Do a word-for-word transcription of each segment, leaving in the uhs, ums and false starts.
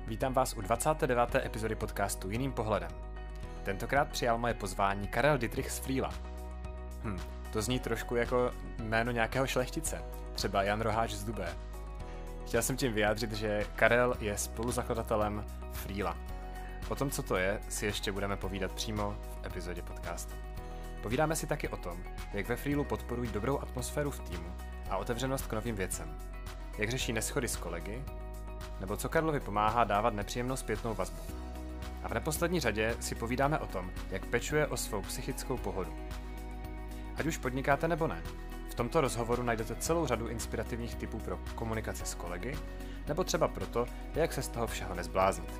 Vítám vás u dvacáté deváté epizody podcastu Jiným pohledem. Tentokrát přijal moje pozvání Karel Dittrich z Freela. Hm, to zní trošku jako jméno nějakého šlechtice, třeba Jan Roháč z Dubé. Chtěl jsem tím vyjádřit, že Karel je spoluzakladatelem Freela. O tom, co to je, si ještě budeme povídat přímo v epizodě podcastu. Povídáme si taky o tom, jak ve Freelu podporují dobrou atmosféru v týmu a otevřenost k novým věcem. Jak řeší neshody s kolegy, nebo co Karlovi pomáhá dávat nepříjemnou zpětnou vazbu. A v neposlední řadě si povídáme o tom, jak pečuje o svou psychickou pohodu. Ať už podnikáte nebo ne, v tomto rozhovoru najdete celou řadu inspirativních tipů pro komunikaci s kolegy, nebo třeba proto, jak se z toho všeho nezbláznit.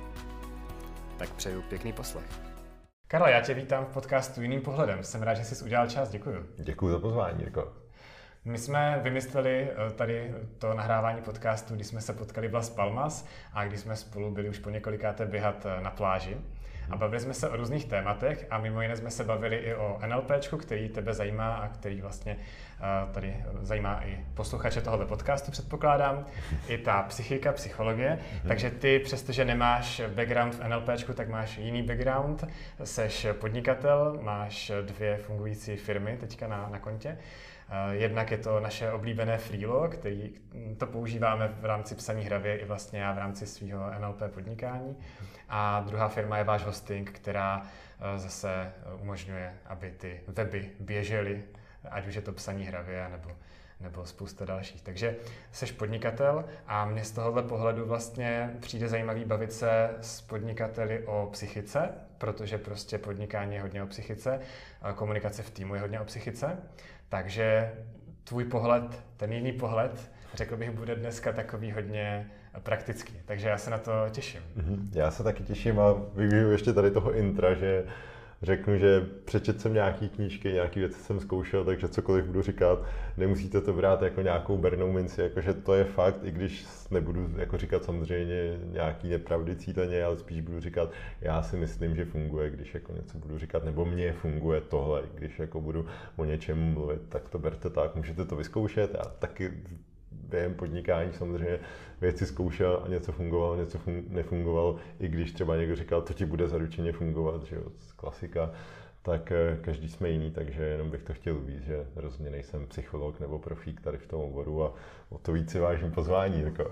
Tak přeju pěkný poslech. Karlo, já tě vítám v podcastu Jiným pohledem. Jsem rád, že jsi udělal čas, děkuju. Děkuju za pozvání, Jirko. My jsme vymysleli tady to nahrávání podcastu, když jsme se potkali v Las Palmas a když jsme spolu byli už po několikáté běhat na pláži. A bavili jsme se o různých tématech a mimo jiné jsme se bavili i o NLPčku, který tebe zajímá a který vlastně tady zajímá i posluchače tohoto podcastu, předpokládám. I ta psychika, psychologie. Mm-hmm. Takže ty, přestože nemáš background v NLPčku, tak máš jiný background. Seš podnikatel, máš dvě fungující firmy teďka na, na kontě. Jednak je to naše oblíbené Freelo, který to používáme v rámci psaní hravě i vlastně já v rámci svého N L P podnikání. A druhá firma je váš hosting, která zase umožňuje, aby ty weby běžely, ať už je to psaní hravě nebo, nebo spousta dalších. Takže jsi podnikatel a mně z tohohle pohledu vlastně přijde zajímavý bavit se s podnikateli o psychice, protože prostě podnikání je hodně o psychice, komunikace v týmu je hodně o psychice. Takže tvůj pohled, ten jiný pohled, řekl bych, bude dneska takový hodně praktický. Takže já se na to těším. Já se taky těším a využiju ještě tady toho intra, že řeknu, že přečet jsem nějaký knížky, nějaký věci jsem zkoušel, takže cokoliv budu říkat, nemusíte to brát jako nějakou bernou minci, jakože to je fakt, i když nebudu jako říkat samozřejmě nějaký nepravdy cíleně, ale spíš budu říkat, já si myslím, že funguje, když jako něco budu říkat, nebo mně funguje tohle, když jako budu o něčem mluvit, tak to berte tak, můžete to vyzkoušet. Já taky během podnikání samozřejmě věci zkoušel a něco fungovalo, něco fun- nefungovalo, i když třeba někdo říkal, to ti bude zaručeně fungovat, že jo, klasika, tak každý jsme jiný, takže jenom bych to chtěl uvést, že rozhodně nejsem psycholog nebo profík tady v tom oboru a o to víc si vážím pozvání. Jako.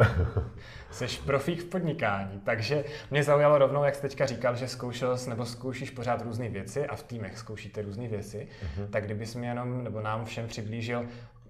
Jseš profík v podnikání, takže mě zaujalo rovnou, jak jsi teďka říkal, že zkoušel jsi nebo zkoušíš pořád různé věci a v týmech zkoušíte různé věci, uh-huh. Tak kdybys mi jenom nebo nám všem přiblížil,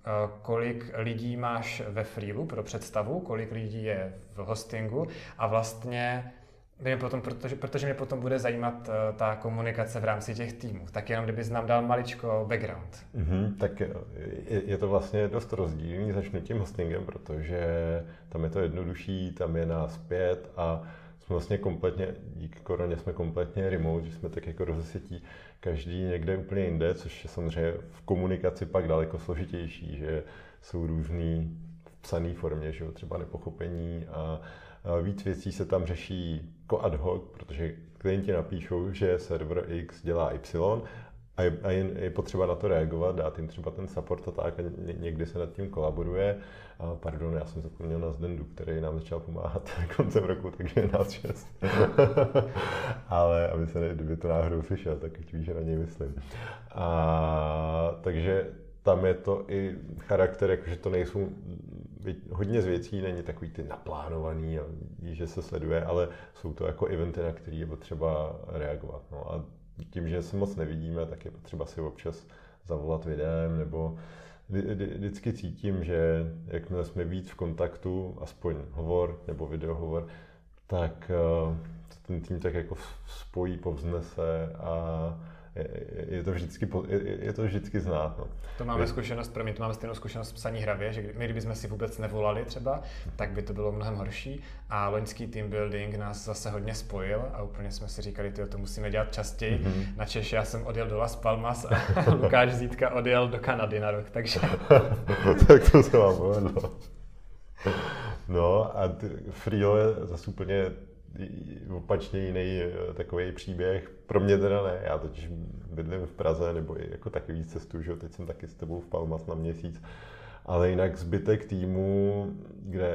kolik lidí máš ve Freelu pro představu, kolik lidí je v hostingu a vlastně mě potom, protože, protože mě potom bude zajímat ta komunikace v rámci těch týmů. Tak jenom kdybys nám dal maličko background. Mm-hmm, tak je, je to vlastně dost rozdílný. Začnu tím hostingem, protože tam je to jednodušší, tam je nás pět a jsme vlastně kompletně, díky koroně jsme kompletně remote, že jsme tak jako rozesetí každý někde úplně jinde, což je samozřejmě v komunikaci pak daleko složitější, že jsou různý v psané formě, že jo, třeba nepochopení a, a víc věcí se tam řeší jako ad hoc, protože klienti napíšou, že server X dělá Y a je, a je potřeba na to reagovat, dát jim třeba ten support a tak a někdy se nad tím kolaboruje. A pardon, já jsem zapomněl na Zdendu, který nám začal pomáhat koncem roku, takže je nás šest. Ale aby se ne, kdyby to náhodou slyšel, tak už víš, že na něj myslím. A, takže tam je to i charakter, jakože to nejsou, hodně z věcí není takový ty naplánovaný a víš, že se sleduje, ale jsou to jako eventy, na který je potřeba reagovat. No a tím, že se moc nevidíme, tak je potřeba si občas zavolat videem, nebo vždycky cítím, že jakmile jsme víc v kontaktu, aspoň hovor nebo videohovor, tak ten tým tak jako spojí, povznese a je to vždycky, je to vždycky znát. No. To máme zkušenost, pro mě to máme stejnou zkušenost v psaní hravě, že my kdybychom si vůbec nevolali třeba, tak by to bylo mnohem horší a loňský team building nás zase hodně spojil a úplně jsme si říkali, tyjo, to musíme dělat častěji. Mm-hmm. Na Češ já jsem odjel do Las Palmas a Lukáš Zítka odjel do Kanady na rok, takže... Tak to se vám povedlo. No a Freelo je zase úplně opačně jiný takový příběh. Pro mě teda ne, já totiž bydlím v Praze, nebo i jako taky víc cestuju, že teď jsem taky s tebou v Palmas na měsíc. Ale jinak zbytek týmu, kde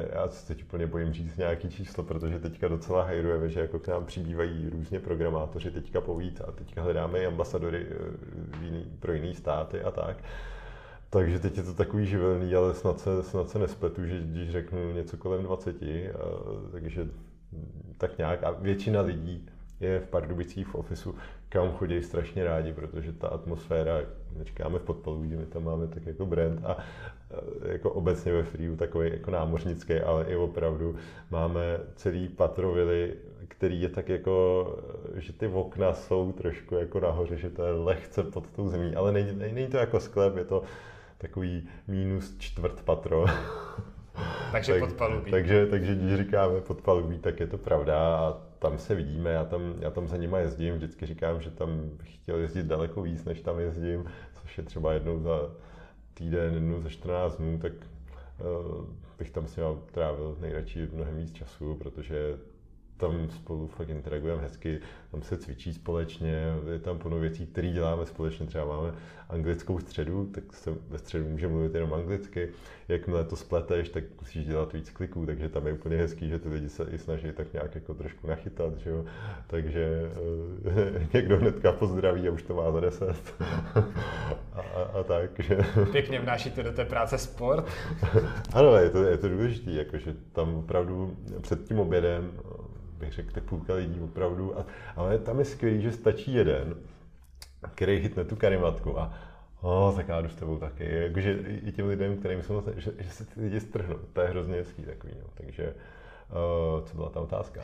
já se teď úplně bojím říct nějaký číslo, protože teďka docela hejrujeme, že jako k nám přibývají různě programátoři teďka povíc a teďka hledáme i ambasadory jiný, pro jiný státy a tak. Takže teď je to takový živelný, ale snad se, snad se nespletu, že když řeknu něco kolem dvaceti, a, takže tak nějak. A většina lidí je v Pardubicích v ofisu, kam chodí strašně rádi, protože ta atmosféra, říkáme v Podpalubí, my tam máme tak jako brand a jako obecně ve Freeu takový jako námořnický, ale i opravdu máme celý patro vily, který je tak jako, že ty okna jsou trošku jako nahoře, že to je lehce pod tou zemí, ale není, není to jako sklep, je to takový minus čtvrt patro. Takže tak, Podpalubí. Takže, takže když říkáme Podpalubí, tak je to pravda a tam se vidíme, já tam, já tam za nima jezdím, vždycky říkám, že tam bych chtěl jezdit daleko víc, než tam jezdím, což je třeba jednou za týden, jednou za čtrnáct dnů, tak uh, bych tam s nima trávil nejradši mnohem víc času, protože tam spolu fakt interagujeme hezky, tam se cvičí společně, je tam plno věcí, které děláme společně, třeba máme anglickou středu, tak se ve středu může mluvit jenom anglicky, jakmile to spleteš, tak musíš dělat víc kliků, takže tam je úplně hezký, že ty lidi se i snaží tak nějak jako trošku nachytat, že jo? Takže uh, někdo hnedka pozdraví a už to má za deset a, a, a tak, že... Pěkně vnášíte do té práce sport. Ano, je to, je to důležité, jakože tam opravdu před tím obědem bych řekl, tak půlka lidí opravdu, a, ale tam je skvělý, že stačí jeden, který hitne tu karimatku a oh, tak já jdu s tebou taky, jakože i těm lidem, kterým jsou, že, že se ty lidi strhnou, to je hrozně hezký takový, no. Takže uh, co byla ta otázka?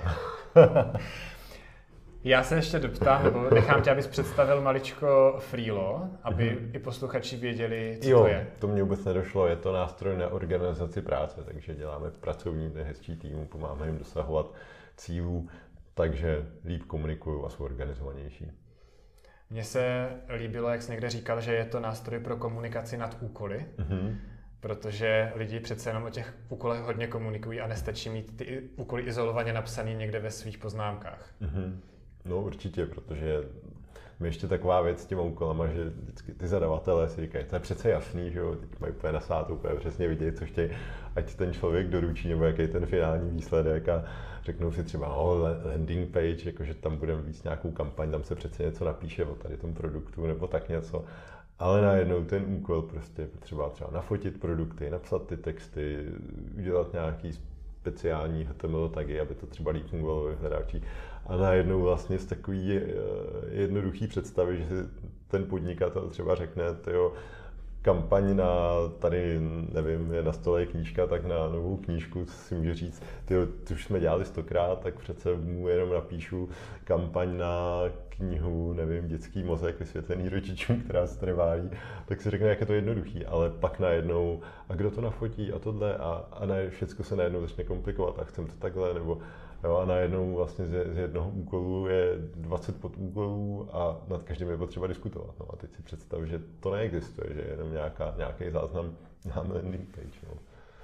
Já se ještě doptám, nebo nechám tě, abys představil maličko Freelo, aby mm-hmm. i posluchači věděli, co jo, to je. To mě vůbec nedošlo, je to nástroj na organizaci práce, takže děláme pracovní hezčí týmu, pomáháme jim dosahovat cílů, takže líp komunikuju a jsou organizovanější. Mně se líbilo, jak jsi někde říkal, že je to nástroj pro komunikaci nad úkoly, mm-hmm. protože lidi přece jenom o těch úkolech hodně komunikují a nestačí mít ty úkoly izolovaně napsaný někde ve svých poznámkách. Mm-hmm. No určitě, protože my ještě taková věc s těma úkolama, že vždycky ty zadavatelé si říkají, to je přece jasný, že jo, teď mají úplně nasátou, úplně přesně vidět, co chtějí, ať ten člověk doručí, nebo jaký je ten finální výsledek a řeknou si třeba oh, landing page, jakože tam budeme víc nějakou kampaň, tam se přece něco napíše o tady tom produktu, nebo tak něco. Ale najednou ten úkol prostě je potřeba třeba nafotit produkty, napsat ty texty, udělat nějaký speciální H T M L tagy, aby to třeba líp fungovalo ve hledáči. A najednou vlastně z takový jednoduchý představy, že si ten podnikatel třeba řekne, tyjo, kampaň na, tady nevím, je na stole knížka, tak na novou knížku si může říct, tyjo, to už jsme dělali stokrát, tak přece mu jenom napíšu kampaň na knihu, nevím, Dětský mozek vysvětlený rodičům, která se tady válí, tak si řekne, jak je to jednoduchý, ale pak najednou, a kdo to nafotí a tohle, a, a ne, všecko se najednou začne komplikovat a chcem to takhle, nebo jo, a najednou vlastně z, z jednoho úkolu je dvacet podúkolů a nad každým je potřeba diskutovat. No a teď si představ, že to neexistuje, že je jenom nějaká, nějaký záznam na landing page. No.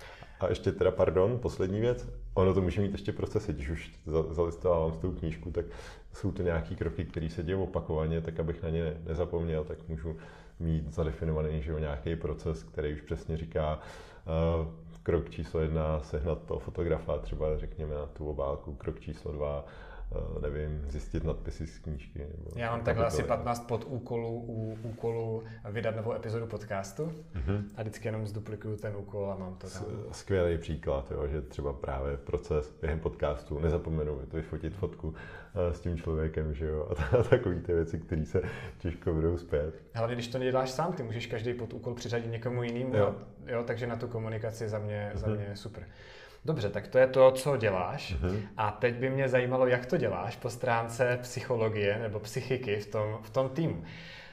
A ještě teda, pardon, poslední věc, ono to může mít ještě procesy, když už zalistovávám s tou knížku, tak jsou to nějaký kroky, které se dějí opakovaně, tak abych na ně nezapomněl, tak můžu mít zadefinovaný, že jo, nějaký proces, který už přesně říká, uh, krok číslo jedna, sehnat toho fotografa, třeba řekněme na tu obálku, krok číslo dva, nevím, zjistit nadpisy z knížky. Nebo Já mám takhle asi patnáct podúkolů u úkolu vydat novou epizodu podcastu mm-hmm. a vždycky jenom zduplikuju ten úkol a mám to tam. Skvělý příklad, jo, že třeba právě proces během podcastu, nezapomenu to vyfotit fotku s tím člověkem, že jo, a takový ty věci, které se těžko budou zpět. Hlavně, když to neděláš sám, ty můžeš každý podúkol přiřadit někomu jinému, jo. Jo, takže na tu komunikaci za mě, mm-hmm. za mě je super. Dobře, tak to je to, co děláš. Mm-hmm. A teď by mě zajímalo, jak to děláš po stránce psychologie nebo psychiky v tom, v tom týmu.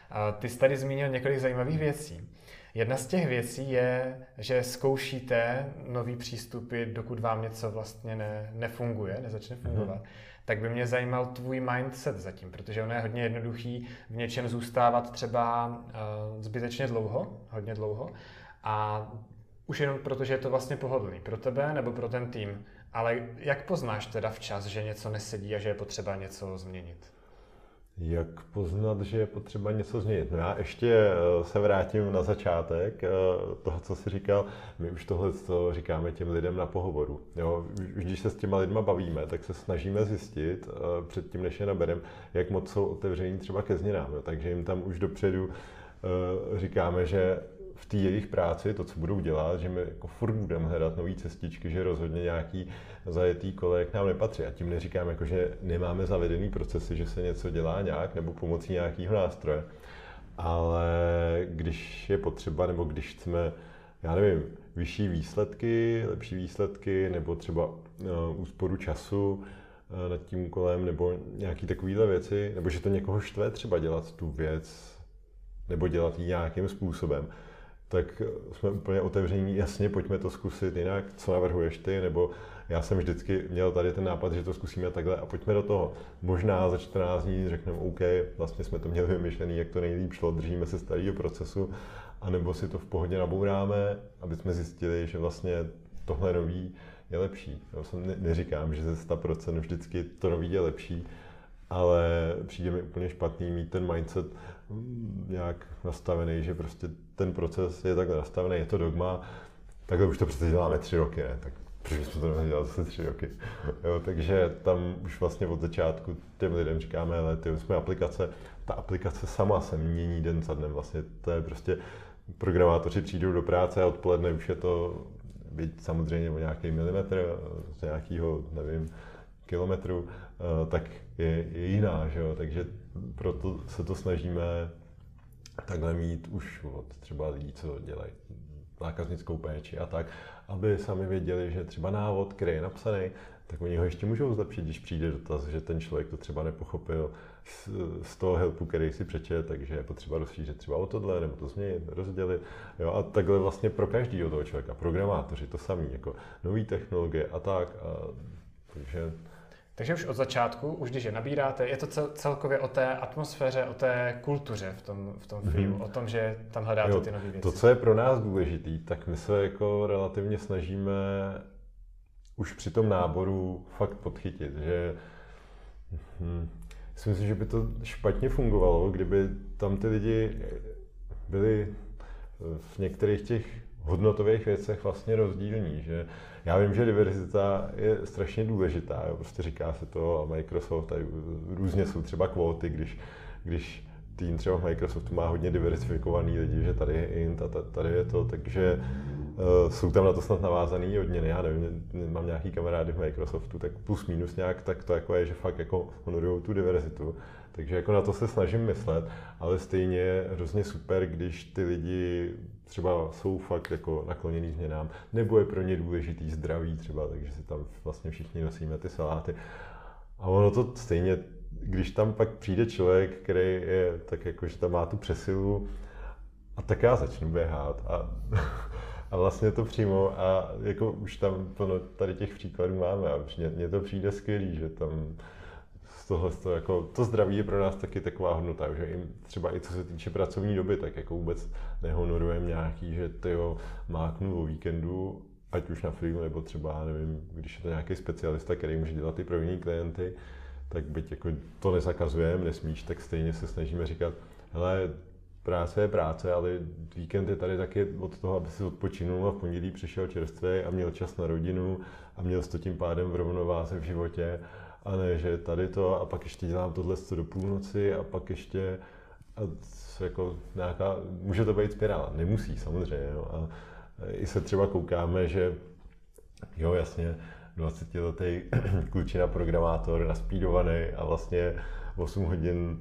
Ty jsi tady zmínil několik zajímavých věcí. Jedna z těch věcí je, že zkoušíte nový přístupy, dokud vám něco vlastně ne, nefunguje, nezačne fungovat. Mm-hmm. Tak by mě zajímal tvůj mindset zatím, protože ono je hodně jednoduchý v něčem zůstávat třeba uh, zbytečně dlouho, hodně dlouho. A už jenom proto, že je to vlastně pohodlný pro tebe nebo pro ten tým. Ale jak poznáš teda včas, že něco nesedí a že je potřeba něco změnit? Jak poznat, že je potřeba něco změnit? No já ještě se vrátím na začátek toho, co jsi říkal. My už tohle co říkáme těm lidem na pohovoru. Jo? Už když se s těma lidma bavíme, tak se snažíme zjistit předtím, než je nabereme, jak moc jsou otevření třeba ke změnám. Jo? Takže jim tam už dopředu říkáme, že v té jejich práci, to, co budou dělat, že my jako furt budeme hledat nové cestičky, že rozhodně nějaký zajetý kole k nám nepatří. A tím neříkám, jako, že nemáme zavedený procesy, že se něco dělá nějak nebo pomocí nějakého nástroje. Ale když je potřeba, nebo když chceme, já nevím, vyšší výsledky, lepší výsledky, nebo třeba uh, úsporu času uh, nad tím úkolem, nebo nějaké takovéhle věci, nebo že to někoho štve třeba dělat tu věc, nebo dělat ji nějakým způsobem, tak jsme úplně otevření, jasně, pojďme to zkusit jinak, co navrhuješ ty, nebo já jsem vždycky měl tady ten nápad, že to zkusíme takhle a pojďme do toho. Možná za čtrnáct dní řekneme OK, vlastně jsme to měli vymyšlený, jak to nejlíp šlo, držíme se starého procesu, anebo si to v pohodě nabouráme, aby jsme zjistili, že vlastně tohle nový je lepší. Já jsem neříkám, že ze sto procent vždycky to nový je lepší, ale přijde mi úplně špatný mít ten mindset nějak nastavený, že prostě ten proces je takhle nastavený, je to dogma, takhle už to přece děláme tři roky, ne? Tak proč jsme to nedělali zase tři roky? Jo, takže tam už vlastně od začátku těm lidem říkáme, ale ty jsme aplikace, ta aplikace sama se mění den za dnem, vlastně to je prostě, programátoři přijdou do práce a odpoledne už je to, byť samozřejmě o nějaký milimetr, z nějakého, nevím, kilometru, tak je, je jiná, že jo? Takže proto se to snažíme takhle mít už od třeba lidí, co dělají zákaznickou péči a tak, aby sami věděli, že třeba návod, který je napsaný, tak oni ho ještě můžou zlepšit, když přijde dotaz, že ten člověk to třeba nepochopil z, z toho helpu, který si přečet, takže je potřeba rozšířit třeba o tohle, nebo to změnit, rozdělit. Jo, a takhle vlastně pro každého toho člověka, programátoři to samý, jako nový technologie a tak. A, takže Takže už od začátku, už když je nabíráte, je to cel, celkově o té atmosféře, o té kultuře v tom, v tom firmu, mm-hmm. o tom, že tam hledáte jo, ty nové věci. To, co je pro nás důležitý, tak my se jako relativně snažíme už při tom náboru fakt podchytit, že hm, si myslím, že by to špatně fungovalo, kdyby tam ty lidi byli v některých těch hodnotových věcech vlastně rozdílní, že já vím, že diverzita je strašně důležitá, jo, prostě říká se to a Microsoft, tady různě jsou třeba kvóty, když, když tým třeba v Microsoftu má hodně diversifikovaný lidi, že tady je int a tady je to, takže uh, jsou tam na to snad navázaný odměny, já nevím, mám nějaký kamarády v Microsoftu, tak plus minus nějak, tak to jako je, že fakt jako honorujou tu diverzitu, takže jako na to se snažím myslet, ale stejně je hrozně super, když ty lidi třeba jsou fakt jako nakloněný změnám, nebo je pro ně důležitý zdraví třeba, takže si tam vlastně všichni nosíme ty saláty. A ono to stejně, když tam pak přijde člověk, který je tak jako, že tam má tu přesilu, a tak já začnu běhat a, a vlastně to přímo a jako už tam plno tady těch příkladů máme a mně, mně to přijde skvělý, že tam tohle, to, jako, to zdraví je pro nás taky taková hodnota, že i třeba i co se týče pracovní doby, tak jako vůbec nehonorujeme nějaký, že tyjo, máknu o víkendu, ať už na freelu, nebo třeba, nevím, když je to nějaký specialista, který může dělat i pro jiný klienty, tak byť jako to nezakazujeme, nesmíš, tak stejně se snažíme říkat, hele, práce je práce, ale víkend je tady taky od toho, aby si odpočinul a v pondělí přišel čerstvý a měl čas na rodinu a měl to tím pádem v rovnováze v životě. A ne, že tady to a pak ještě dělám tohle do půlnoci a pak ještě a jako nějaká, může to být spirála, nemusí samozřejmě, jo. A i se třeba koukáme, že jo, jasně, dvacetiletý klučina programátor naspídovaný a vlastně osm hodin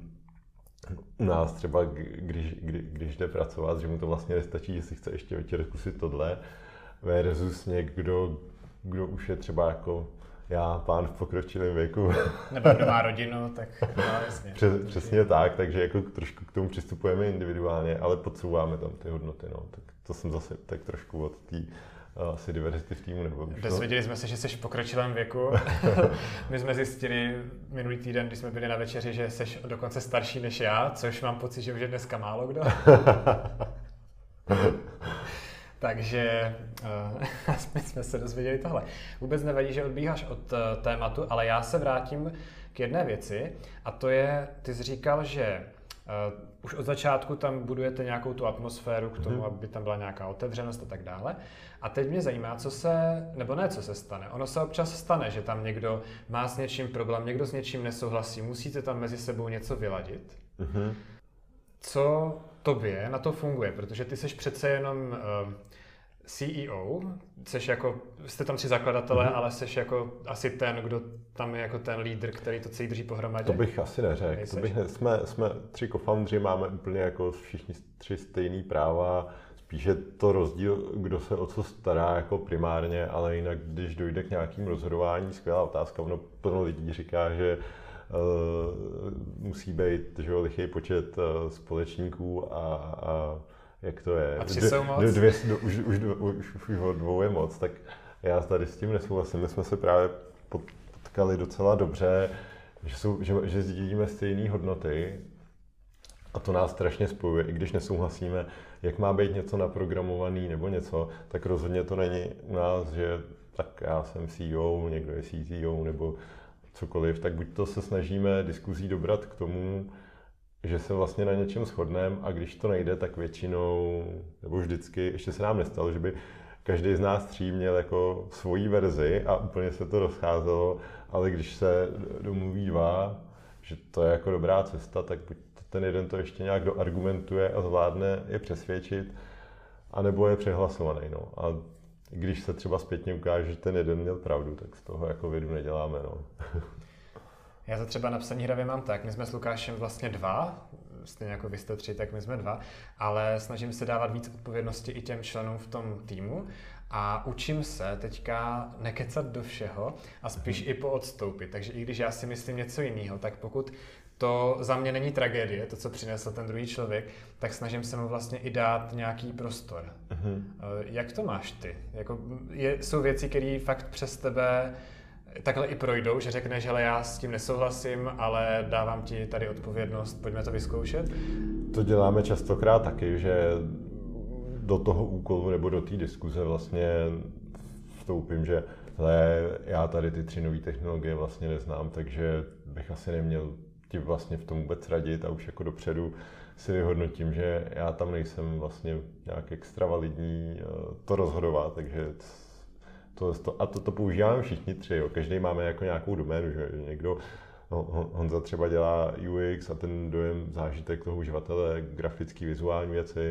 u nás třeba, když, kdy, když jde pracovat, že mu to vlastně nestačí, že si chce ještě večer zkusit tohle, versus někdo, kdo už je třeba jako já, pán v pokročilém věku. Nebo kdo má rodinu, tak no, jasně. Přes, přesně tak, takže jako trošku k tomu přistupujeme individuálně, ale podsouváme tam ty hodnoty, no. Tak to jsem zase tak trošku od té asi diverzity v týmu. Nebo Dozvěděli jsme se, že jsi v pokročilém věku. My jsme zjistili minulý týden, když jsme byli na večeři, že jsi dokonce starší než já, což mám pocit, že už je dneska málo kdo. Takže uh, jsme se dozvěděli tohle. Vůbec nevadí, že odbíháš od uh, tématu, ale já se vrátím k jedné věci a to je, ty jsi říkal, že uh, už od začátku tam budujete nějakou tu atmosféru k tomu, mm. aby tam byla nějaká otevřenost a tak dále. A teď mě zajímá, co se, nebo ne, co se stane. Ono se občas stane, že tam někdo má s něčím problém, někdo s něčím nesouhlasí, musíte tam mezi sebou něco vyladit. Mm. Co tobě na to funguje? Protože ty jsi přece jenom uh, C E O, jsi jako, jste tam tři zakladatelé, mm-hmm. ale jsi jako asi ten, kdo tam je jako ten lídr, který to celý drží pohromadě? To bych asi neřekl. To bych ne, jsme, jsme tři co-foundři, máme úplně jako všichni tři stejný práva, spíše to rozdíl, kdo se o co stará jako primárně, ale jinak, když dojde k nějakým rozhodování, skvělá otázka, ono plno lidí říká, že uh, musí být, že jo, lichý počet uh, společníků a, a jak to je? A tři jsou moc? Dvě, dvě, už, už, už, už, už od dvou je moc, tak já tady s tím nesouhlasím. My jsme se právě potkali docela dobře, že, jsou, že, že sdílíme stejné hodnoty a to nás strašně spojuje. I když nesouhlasíme, jak má být něco naprogramovaný nebo něco, tak rozhodně to není u nás, že tak já jsem C E O, někdo je C T O nebo cokoliv, tak buď to se snažíme diskuzí dobrat k tomu, že se vlastně na něčem shodneme a když to nejde, tak většinou, nebo vždycky, ještě se nám nestalo, že by každý z nás tří měl jako svoji verzi a úplně se to rozcházelo, ale když se domluví dva, že to je jako dobrá cesta, tak buď ten jeden to ještě nějak doargumentuje a zvládne je přesvědčit, anebo je přehlasovaný. No. A když se třeba zpětně ukáže, že ten jeden měl pravdu, tak z toho jako vědu neděláme. No. Já to třeba na psaní hravě mám tak, my jsme s Lukášem vlastně dva, stejně jako vy jste tři, tak my jsme dva, ale snažím se dávat víc odpovědnosti i těm členům v tom týmu a učím se teďka nekecat do všeho a spíš hmm. i poodstoupit, takže i když já si myslím něco jiného, tak pokud to za mě není tragédie, to, co přinesl ten druhý člověk, tak snažím se mu vlastně i dát nějaký prostor. Hmm. Jak to máš ty? Jako, je, jsou věci, které fakt přes tebe takhle i projdou, že řekneš, hele, já s tím nesouhlasím, ale dávám ti tady odpovědnost, pojďme to vyzkoušet? To děláme častokrát taky, že do toho úkolu nebo do té diskuze vlastně vstoupím, že hele, já tady ty tři nové technologie vlastně neznám, takže bych asi neměl ti vlastně v tom vůbec radit a už jako dopředu si vyhodnotím, že já tam nejsem vlastně nějak extra validní to rozhodovat, takže To, to, a to, to používáme všichni tři, jo. Každý máme jako nějakou doménu, že někdo, no, Honza třeba dělá U X a ten dojem, zážitek toho uživatele, grafický, vizuální věci,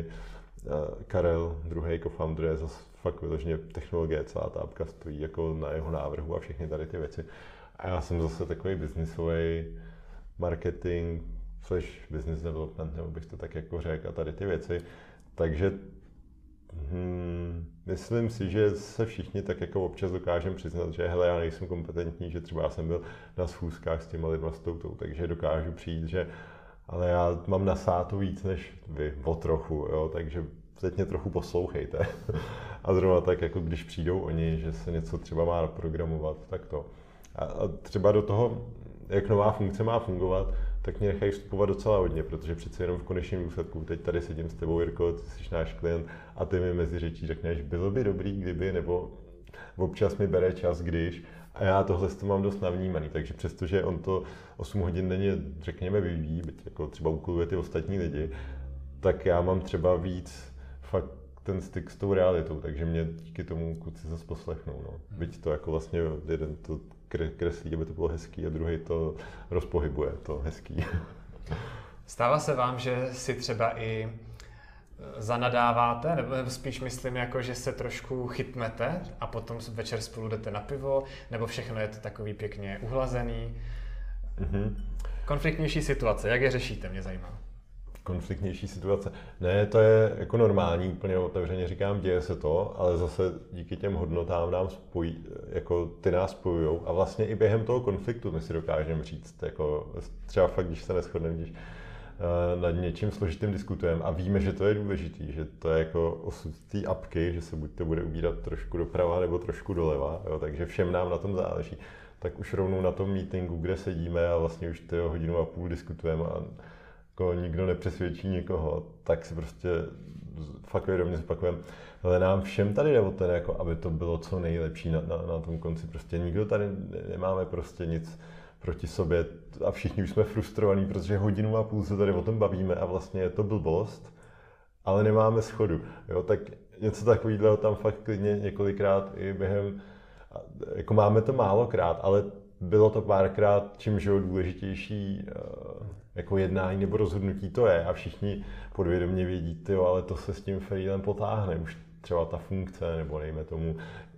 Karel, druhý co-founder, je zase fakt vyloženě technologie, celá ta apka stojí jako na jeho návrhu a všechny tady ty věci. A já jsem zase takový businessový marketing, slash business development, nebo bych to tak jako řekl, a tady ty věci. Takže Hmm, myslím si, že se všichni tak jako občas dokážeme přiznat, že hele, já nejsem kompetentní, že třeba já jsem byl na schůzkách s těma lidma s toutou, takže dokážu přijít, že ale já mám nasáto víc než vy, o trochu, jo, takže teď mě trochu poslouchejte. A zrovna tak, jako když přijdou oni, že se něco třeba má naprogramovat, tak to. A, a třeba do toho, jak nová funkce má fungovat, tak mě nechají vstupovat docela hodně, protože přece jenom v konečném důsledku, teď tady sedím s tebou, Jirko, ty jsi náš klient a ty mi mezi řečí řekneš, bylo by dobrý, kdyby, nebo občas mi bere čas, když, a já tohle to mám dost navnímaný, takže přestože on to osm hodin denně, řekněme, vyvíjí, byť jako třeba úkoluje ty ostatní lidi, tak já mám třeba víc fakt ten styk s tou realitou, takže mě díky tomu kluci zase poslechnou, no. Byť to jako vlastně jeden to kreslí, aby to bylo hezký a druhý to rozpohybuje, to hezký. Stává se vám, že si třeba i zanadáváte, nebo spíš myslím, jako, že se trošku chytnete a potom večer spolu jdete na pivo, nebo všechno je to takový pěkně uhlazený? Mm-hmm. Konfliktnější situace, jak je řešíte, mě zajímá. Konfliktnější situace. Ne, to je jako normální, úplně otevřeně říkám, děje se to, ale zase díky těm hodnotám nám spojí, jako ty nás spojujou a vlastně i během toho konfliktu my si dokážeme říct, jako třeba fakt, když se neshodneme, když uh, nad něčím složitým diskutujeme a víme, že to je důležitý, že to je jako osud té apky, že se buď to bude ubírat trošku doprava nebo trošku doleva, jo, takže všem nám na tom záleží, tak už rovnou na tom meetingu, kde sedíme a vlastně už ty hodinu a půl diskutujeme a jako nikdo nepřesvědčí někoho, tak si prostě fakt vědomě zopakujeme, ale nám všem tady jde o ten, jako aby to bylo co nejlepší na, na, na tom konci. Prostě nikdo tady nemáme prostě nic proti sobě a všichni už jsme frustrovaní, protože hodinu a půl se tady o tom bavíme a vlastně je to blbost, ale nemáme shodu. Jo, tak něco takového tam fakt klidně několikrát i během, jako máme to málokrát, ale bylo to párkrát, čímž je důležitější jako jednání nebo rozhodnutí to je a všichni podvědomě vědí, tyjo, ale to se s tím freelem potáhne, už třeba ta funkce nebo nejme tomu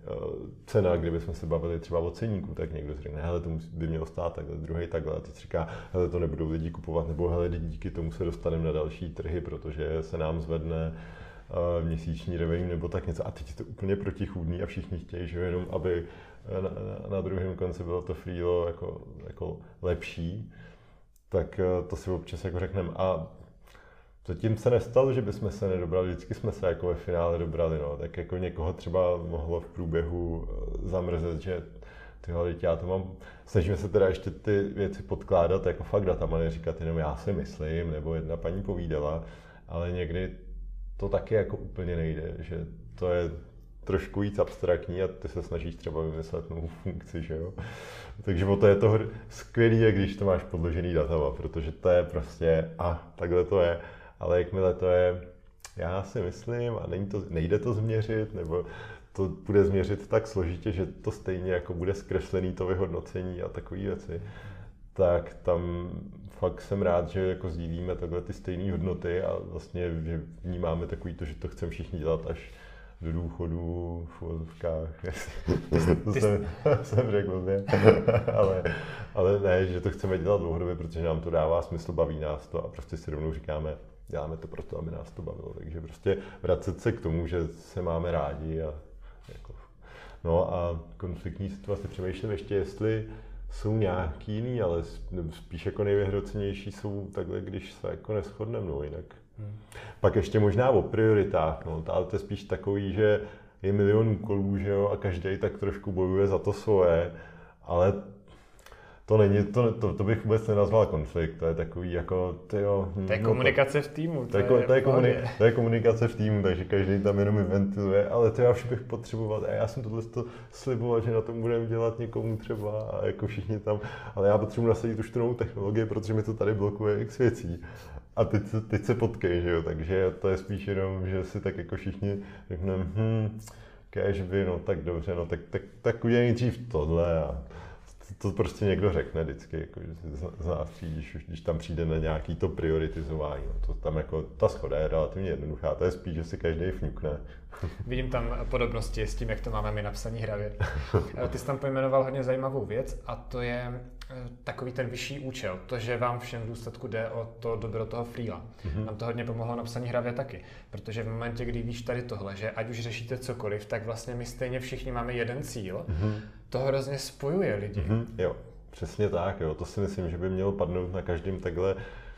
cena, kdybychom se bavili třeba o ceníku, tak někdo si řekne, hele, to by mělo stát takhle, druhý takhle, a teď říká, hele, to nebudou lidi kupovat, nebo hele, díky tomu se dostaneme na další trhy, protože se nám zvedne uh, měsíční revenue nebo tak něco. A teď je to úplně protichůdný a všichni chtějí, že jenom aby na, na, na druhém konci bylo to freelo jako, jako lepší, tak uh, to si občas jako řekneme. A zatím se nestalo, že bychom se nedobrali, vždycky jsme se jako ve finále dobrali, no. Tak jako někoho třeba mohlo v průběhu zamrzet, že tyhle, já to mám, snažíme se teda ještě ty věci podkládat jako fakt datama, neříkat jenom já si myslím, nebo jedna paní povídala, ale někdy to taky jako úplně nejde, že to je trošku víc abstraktní a ty se snažíš třeba vymyslet novou funkci, že jo. Takže o to je to skvělé, když to máš podložený datama, protože to je prostě, a takhle to je. Ale jakmile to je, já si myslím, a není to, nejde to změřit, nebo to bude změřit tak složitě, že to stejně jako bude zkreslený to vyhodnocení a takové věci, tak tam fakt jsem rád, že jako sdílíme takhle ty stejné hodnoty a vlastně, že vnímáme takový to, že to chceme všichni dělat až do důchodu v uvozovkách. To jsem, jsem řekl, ne? ale, ale ne, že to chceme dělat dlouhodobě, protože nám to dává smysl, baví nás to a prostě si rovnou říkáme, děláme to proto, aby nás to bavilo. Takže prostě vracet se k tomu, že se máme rádi a jako, no a konfliktní situace přemýšlím ještě, jestli jsou nějaký jiný, ale spíš jako nejvyhrocenější jsou takhle, když se jako neshodneme, no jinak. Hmm. Pak ještě možná o prioritách, no, ale to je spíš takový, že je milion úkolů, že jo, a každý tak trošku bojuje za to svoje, ale to není, to, to, to bych vůbec nenazval konflikt, to je takový jako, tyjo... To je no, komunikace to, v týmu, to, to, je, je, to, je komuni, to je komunikace v týmu, takže každý tam jenom ventiluje, ale to já už bych potřeboval, a já jsem tohle to sliboval, že na tom budeme dělat někomu třeba a jako všichni tam, ale já potřebuji nasadit už tu novou technologii, protože mi to tady blokuje x věcí. A teď, teď se potkej, že jo, takže to je spíš jenom, že si tak jako všichni řekneme, hm, kéž by, no tak dobře, no tak, tak, tak udělej nejdřív tohle a to prostě někdo řekne vždycky, jako, že z nás když, když tam přijde na nějaký to prioritizování, no, to tam jako, ta shoda je relativně jednoduchá, to je spíš, že si každý fňukne. Vidím tam podobnosti s tím, jak to máme my napsaný hravě. Ty jsi tam pojmenoval hodně zajímavou věc a to je takový ten vyšší účel, to, že vám všem v důsledku jde o to dobro toho freela. Mm-hmm. Nám to hodně pomohlo napsaný hravě taky, protože v momentě, kdy víš tady tohle, že ať už řešíte cokoliv, tak vlastně my stejně všichni máme jeden cíl, mm-hmm. to hrozně spojuje lidi. Mm-hmm. Jo, přesně tak, jo, to si myslím, že by mělo padnout na každém takhle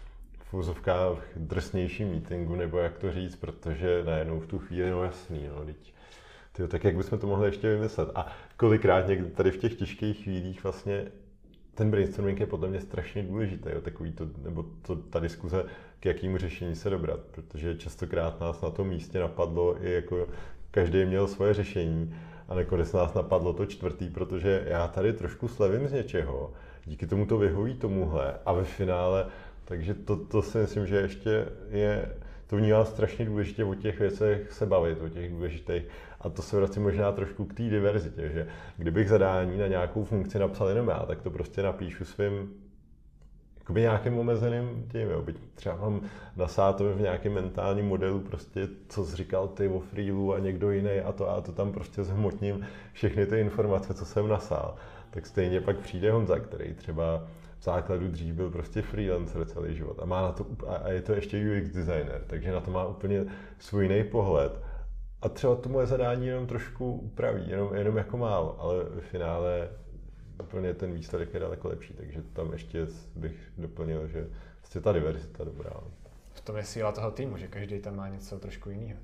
v úzovkách drsnějším meetingu, nebo jak to říct, protože najednou v tu chvíli, no jasný, no, teď, tyjo, tak jak bychom to mohli ještě vymyslet. A kolikrát někdy tady v těch těžkých chvílích vlastně ten brainstorming je podle mě strašně důležitý, jo, takový to, nebo to, ta diskuze, k jakému řešení se dobrat, protože častokrát nás na tom místě napadlo i jako každý měl svoje řešení a nakonec nás napadlo to čtvrtý, protože já tady trošku slevím z něčeho, díky tomu to vyhoví tomuhle a ve finále, takže to, to si myslím, že ještě je, to vnímám strašně důležitě o těch věcech se bavit, o těch důležitých. A to se vrací možná trošku k té diverzitě, že kdybych zadání na nějakou funkci napsal jenom já, tak to prostě napíšu svým jakoby nějakým omezeným tím, jo. Byť třeba mám nasáto v nějakém mentálním modelu prostě, co jsi říkal ty o freelu a někdo jiný a to a to tam prostě zhmotním všechny ty informace, co jsem nasál. Tak stejně pak přijde Honza, který třeba v základu dřív byl prostě freelancer celý život a má na to a je to ještě U X designer, takže na to má úplně svůj jiný pohled. A třeba to moje zadání jenom trošku upraví, jenom, jenom jako málo, ale v finále úplně ten výsledek je daleko lepší, takže tam ještě bych doplnil, že vlastně ta diverzita dobrá. V tom je síla toho týmu, že každý tam má něco trošku jiného.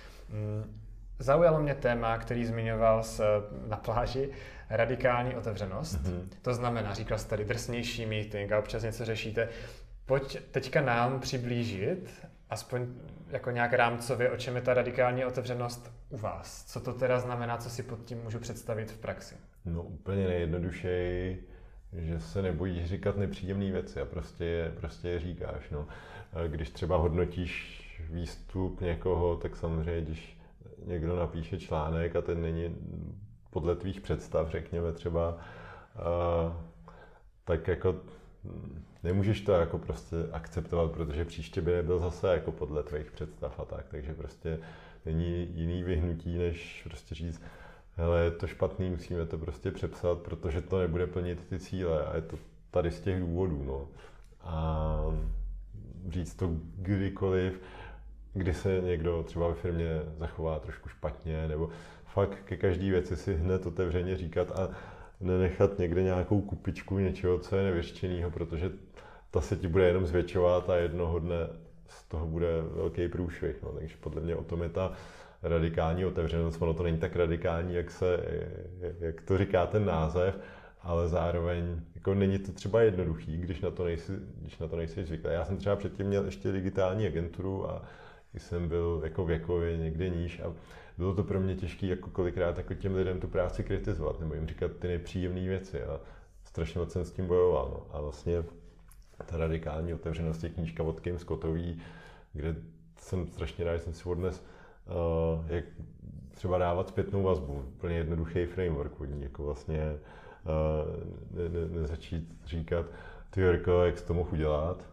Zaujalo mě téma, který zmiňoval na pláži, radikální otevřenost. Mm-hmm. To znamená, říkal jsi tady drsnější meeting a občas něco řešíte. Pojď teďka nám přiblížit, aspoň jako nějak rámcově, o čem je ta radikální otevřenost u vás. Co to teda znamená, co si pod tím můžu představit v praxi? No úplně nejjednodušeji že se nebojíš říkat nepříjemné věci a prostě je, prostě je říkáš. No. Když třeba hodnotíš výstup někoho, tak samozřejmě, když někdo napíše článek a ten není podle tvých představ, řekněme třeba, uh, tak jako nemůžeš to jako prostě akceptovat, protože příště by nebyl zase jako podle tvých představ a tak, takže prostě není jiný vyhnutí, než prostě říct, hele, je to špatný, musíme to prostě přepsat, protože to nebude plnit ty cíle a je to tady z těch důvodů, no. A říct to kdykoliv, kdy se někdo třeba ve firmě zachová trošku špatně, nebo fakt ke každé věci si hned otevřeně říkat a nenechat někde nějakou kupičku něčeho, co je nevyřčenýho, protože ta se ti bude jenom zvětšovat a jednoho dne z toho bude velký průšvih. No. Takže podle mě o tom je ta radikální otevřenost. Ono to není tak radikální, jak, se, jak to říká ten název, ale zároveň jako není to třeba jednoduchý, když na to nejsi, když na to nejsi zvyklý. Já jsem třeba předtím měl ještě digitální agenturu a jsem byl jako věkově někde níž a bylo to pro mě těžké jako kolikrát jako těm lidem tu práci kritizovat nebo jim říkat ty nepříjemné věci a strašně moc jsem s tím bojoval. No. A vlastně ta radikální otevřenost je knížka od Kim Scottový, kde jsem strašně rád, že jsem si odnes uh, jak třeba dávat zpětnou vazbu, úplně jednoduchý framework od ní, jako vlastně uh, ne, ne, nezačít říkat, ty Jirko, jak jsi to mohl udělat,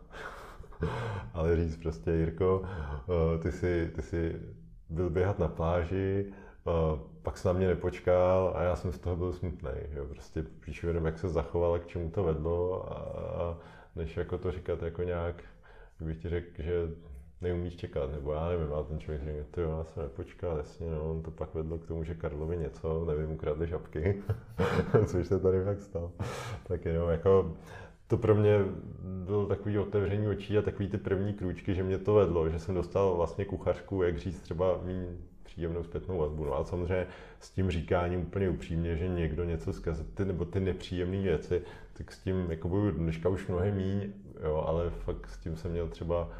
ale říct prostě, Jirko, uh, ty jsi, ty jsi byl běhat na pláži, uh, pak se na mě nepočkal a já jsem z toho byl smutný. Prostě píšu jenom, jak se zachoval a k čemu to vedlo a, a než jako to říkat jako nějak, kdybych ti řekl, že neumíš čekat, nebo já nevím, ale ten člověk říká, ty jo, já jsem nepočkal, jasně, no, on to pak vedlo k tomu, že Karlovi něco, nevím, ukradli žabky, což se tady fakt stalo. Tak jenom jako, to pro mě bylo takový otevření očí a takový ty první krůčky, že mě to vedlo, že jsem dostal vlastně kuchařku, jak říct třeba mý příjemnou zpětnou vazbu. No a samozřejmě s tím říkáním úplně upřímně, že někdo něco zkazí, ty, nebo ty nepříjemné věci, tak s tím jako budu dneška už mnohem míň, jo, ale fakt s tím jsem měl třeba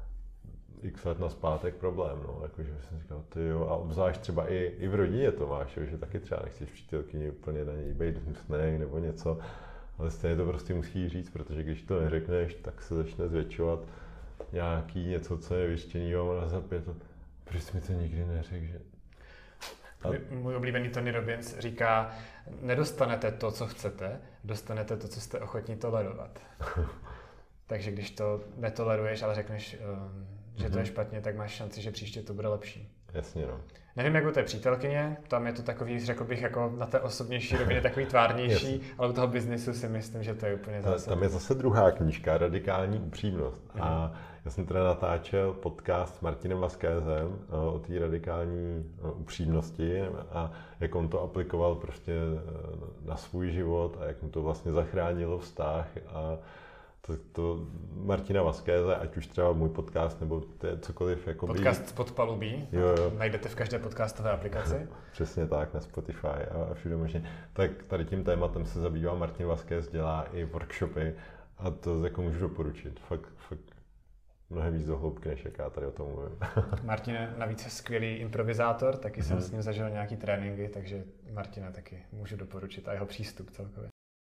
x let nazpátek problém, no, jakože jsem říkal, ty jo, a obzvlášť třeba i, i v rodině to máš, jo, že taky třeba nechceš přítelkyni úplně na něj být hnusnej nebo něco, ale stejně to prostě musí říct, protože když to neřekneš, tak se začne zvětšovat nějaký něco, co je vyštěnýho a na zapět, proč jsi mi to nikdy neřekl, že... A... Můj oblíbený Tony Robbins říká, nedostanete to, co chcete, dostanete to, co jste ochotní tolerovat. Takže když to netoleruješ, ale řekneš, že to je špatně, tak máš šanci, že příště to bude lepší. Jasně, no. Nevím, jak u té přítelkyně, tam je to takový, řekl bych, jako na té osobnější rovině takový tvárnější, ale u toho biznisu si myslím, že to je úplně zásadní. Tam je zase druhá knížka, Radikální upřímnost. Mm. A já jsem teda natáčel podcast s Martinem Vasquezem o té radikální upřímnosti a jak on to aplikoval prostě na svůj život a jak mu to vlastně zachránilo vztah a to, to Martina Vasqueze, ať už třeba můj podcast, nebo cokoliv. Jakoby... Podcast z Podpalubí, jo, jo. Najdete v každé podcastové aplikaci. Přesně tak, na Spotify a všude možně. Tak tady tím tématem se zabývá Martin Vasquez, dělá i workshopy a to jako můžu doporučit. Fakt, fakt mnohem víc do hloubky, než jak já tady o tom mluvím. Martin je navíc skvělý improvizátor, taky jsem hmm. s ním zažil nějaký tréninky, takže Martina taky můžu doporučit a jeho přístup celkově.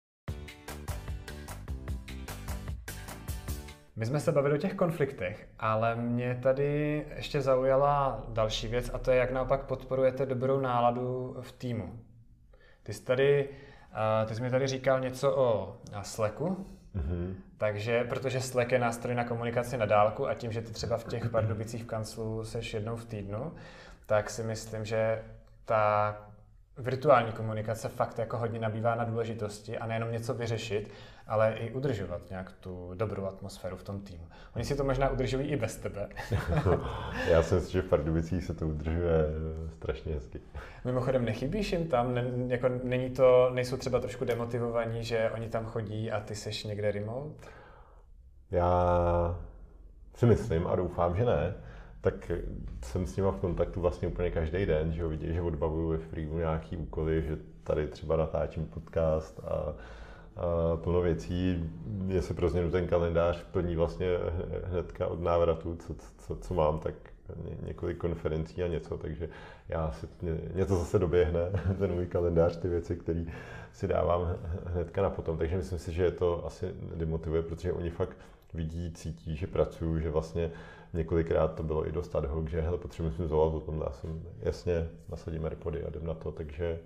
My jsme se bavili o těch konfliktech, ale mě tady ještě zaujala další věc a to je, jak naopak podporujete dobrou náladu v týmu. Ty jsi tady, ty jsi mi tady říkal něco o Slacku, mm-hmm. takže, protože Slack je nástroj na komunikaci na dálku a tím, že ty třeba v těch Pardubicích v kanclu seš jednou v týdnu, tak si myslím, že ta virtuální komunikace fakt jako hodně nabývá na důležitosti a nejenom něco vyřešit, ale i udržovat nějak tu dobrou atmosféru v tom týmu. Oni si to možná udržují i bez tebe. Já si myslím, že v Pardubicích se to udržuje strašně hezky. Mimochodem, nechybíš jim tam? Ne, jako není to, nejsou třeba trošku demotivovaní, že oni tam chodí a ty seš někde remote? Já si myslím a doufám, že ne. Tak jsem s nima v kontaktu vlastně úplně každý den, že ho vidí, že odbavuju ve Freegu nějaký úkoly, že tady třeba natáčím podcast a, a plno věcí. Je se pro změnu ten kalendář plní vlastně hnedka od návratu, co, co, co mám, tak několik konferencí a něco, takže já si, mě to zase doběhne, ten můj kalendář, ty věci, které si dávám hnedka na potom, takže myslím si, že je to asi demotivuje, protože oni fakt vidí, cítí, že pracuju, že vlastně několikrát to bylo i dost ad hoc, že hele, potřebuji si zavolat o tom, já jsem jasně, nasadím AirPody a jdem na to, takže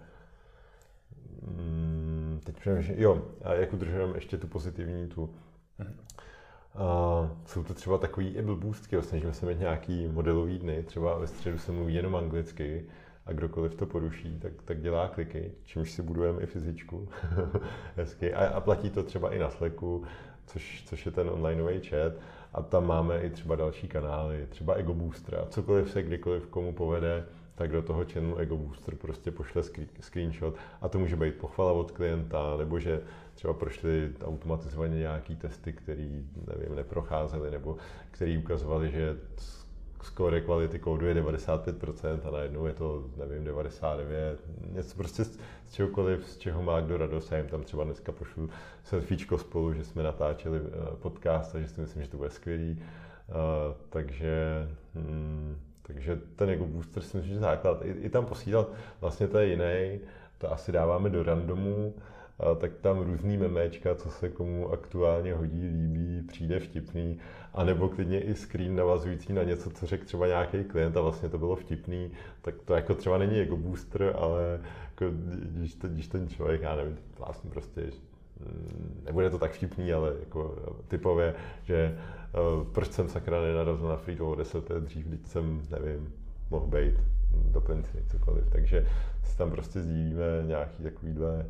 mm, teď přemýšlím, jo, a jak udržujeme ještě tu pozitivní tu Uh, jsou to třeba takový i blbůstky, snažíme se mít nějaký modelový dny, třeba ve středu se mluví jenom anglicky a kdokoliv to poruší, tak, tak dělá kliky, čímž si budujeme i fyzičku. Hezky. A, a platí to třeba i na Slacku, což, což je ten onlineový chat a tam máme i třeba další kanály, třeba Ego Booster a cokoliv se kdykoliv komu povede, tak do toho channelu Ego Booster prostě pošle screenshot a to může být pochvala od klienta, nebo že třeba prošly automatizovaně nějaký testy, které, nevím, neprocházely, nebo které ukazovaly, že score kvality kódu je devadesát pět procent a najednou je to, nevím, devadesát devět procent. Něco prostě z, z čehokoliv, z čeho má kdo radost. Já jim tam třeba dneska pošlu selfiečko spolu, že jsme natáčeli podcast a že si myslím, že to bude skvělý. Uh, takže, hmm, takže ten Ego Booster si myslím, že je základ. I, I tam posílat, vlastně to je jiný, to asi dáváme do randomu, a tak tam různý memečka, co se komu aktuálně hodí, líbí, přijde vtipný, anebo klidně i screen navazující na něco, co řekl třeba nějaký klient a vlastně to bylo vtipný, tak to jako třeba není Ego Booster, ale jako, když, to, když ten člověk, já nevím, vlastně prostě, nebude to tak vtipný, ale jako typově, že uh, proč jsem sakra nenarazil na Free o deset let dřív, když jsem, nevím, mohl být do penci, cokoliv, takže si tam prostě sdílíme nějaký takovýhle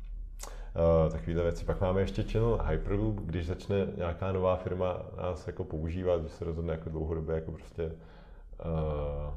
Uh, takovýhle věci. Pak máme ještě channel Hyperloop, když začne nějaká nová firma nás jako používat, když se rozhodne jako dlouhodobě jako prostě uh,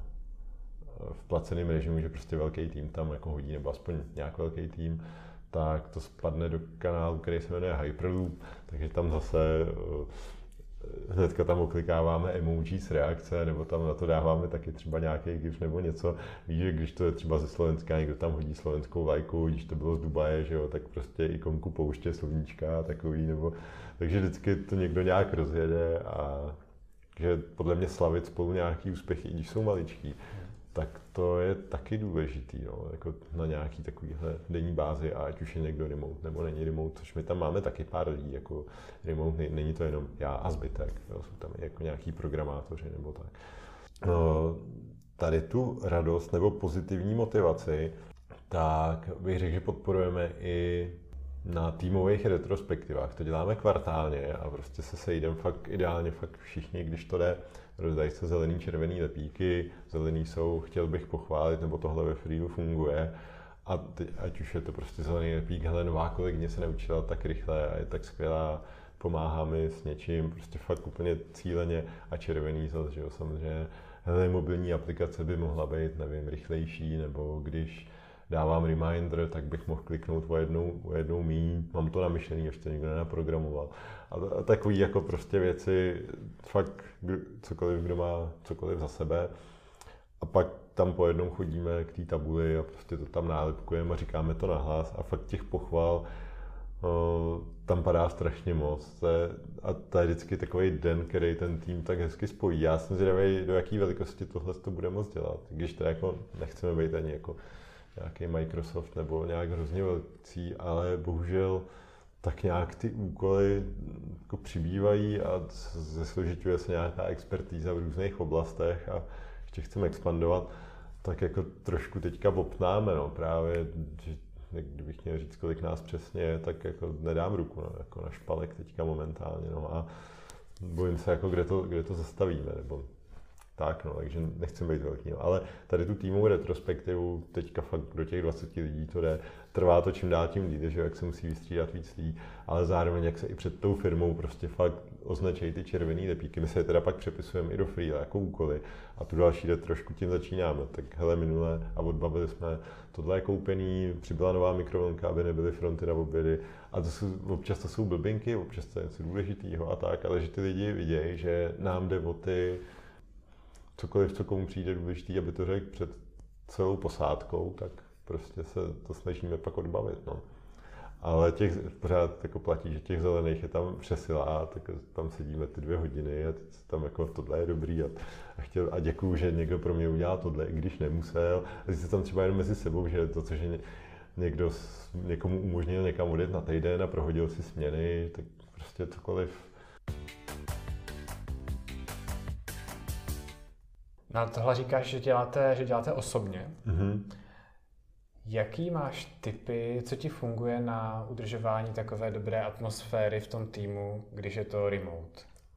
v placeném režimu, že prostě velký tým tam jako hodí, nebo aspoň nějak velký tým, tak to spadne do kanálu, který se jmenuje Hyperloop, takže tam zase uh, hnedka tam oklikáváme emojis reakce, nebo tam na to dáváme taky třeba nějaký gif nebo něco. Víš, že když to je třeba ze Slovenska, někdo tam hodí slovenskou vlajku, když to bylo z Dubaje, že jo, tak prostě ikonku pouště, sluníčka a takový, nebo... Takže vždycky to někdo nějak rozjede a že podle mě slavit spolu nějaký úspěchy, i když jsou maličký, tak to je taky důležitý, no, jako na nějaký takovýhle denní bázi, a ať už je někdo remote nebo není remote, což my tam máme taky pár lidí, jako remote, není to jenom já a zbytek, jo, jsou tam i jako nějaký programátoři nebo tak. No, tady tu radost nebo pozitivní motivaci, tak bych řekl, že podporujeme i na týmových retrospektivách. To děláme kvartálně a prostě se sejdeme fakt ideálně fakt všichni, když to jde. Rozdají se zelený, červený lepíky, zelený jsou, chtěl bych pochválit, nebo tohle ve Freelu funguje. A ty, ať už je to prostě zelený lepík, hele, nová kolegyně se neučila tak rychle a je tak skvělá, pomáhá mi s něčím, prostě fakt úplně cíleně, a červený zase, že jo, samozřejmě, hele, mobilní aplikace by mohla být, nevím, rychlejší, nebo když dávám reminder, tak bych mohl kliknout o jednou, o jednou míň, mám to namyšlený, ještě nikdo nenaprogramoval. A, a takový jako prostě věci, fakt cokoliv, kdo má cokoliv za sebe. A pak tam po jednom chodíme k té tabuli a prostě to tam nálepkujeme a říkáme to nahlas a fakt těch pochval o, tam padá strašně moc. To je, a to je vždycky takový den, který ten tým tak hezky spojí. Já jsem zvědavý, do jaké velikosti tohle to bude moc dělat, když to jako nechceme být ani jako nějaký Microsoft nebo nějak hrozně velcí, ale bohužel tak nějak ty úkoly jako přibývají a zesložiťuje se nějaká expertíza v různých oblastech a ještě chceme expandovat, tak jako trošku teďka bopnáme, no, právě, že kdybych měl říct, kolik nás přesně je, tak jako nedám ruku, no, jako na špalek teďka momentálně, no, a bojím se, jako kde to, kde to zastavíme, nebo tak, no, takže nechceme být velký, no. Ale tady tu týmovou retrospektivu, teďka fakt do těch dvaceti lidí to jde, trvá to čím dál tím líde, že jak se musí vystřídat víc lidí, ale zároveň jak se i před tou firmou prostě fakt označí ty červený lepíky. My se je teda pak přepisujeme i do Freela jako úkoly a tu další jde trošku tím začínáme. Tak hele, minule a odbavili jsme, tohle je koupený, přibyla nová mikrovlnka, aby nebyly fronty na obědy. A to jsou, občas to jsou blbinky, občas to je něco důležitýho a tak, ale že ty lidi vidějí, že nám jde o ty cokoliv, co komu přijde důležitý, aby to řekl před celou posádkou, tak prostě se to snažíme pak odbavit. No. Ale těch pořád jako platí, že těch zelených je tam přesila, tak tam sedíme ty dvě hodiny a teď tam jako tohle je dobrý a, a, chtěl, a děkuju, že někdo pro mě udělal tohle, i když nemusel. A teď se tam třeba jenom mezi sebou, že to, co že někdo někomu umožnil někam odjet na týden a prohodil si směny, tak prostě cokoliv. No tohle říkáš, že děláte, že děláte osobně. Mm-hmm. Jaký máš tipy, co ti funguje na udržování takové dobré atmosféry v tom týmu, když je to remote?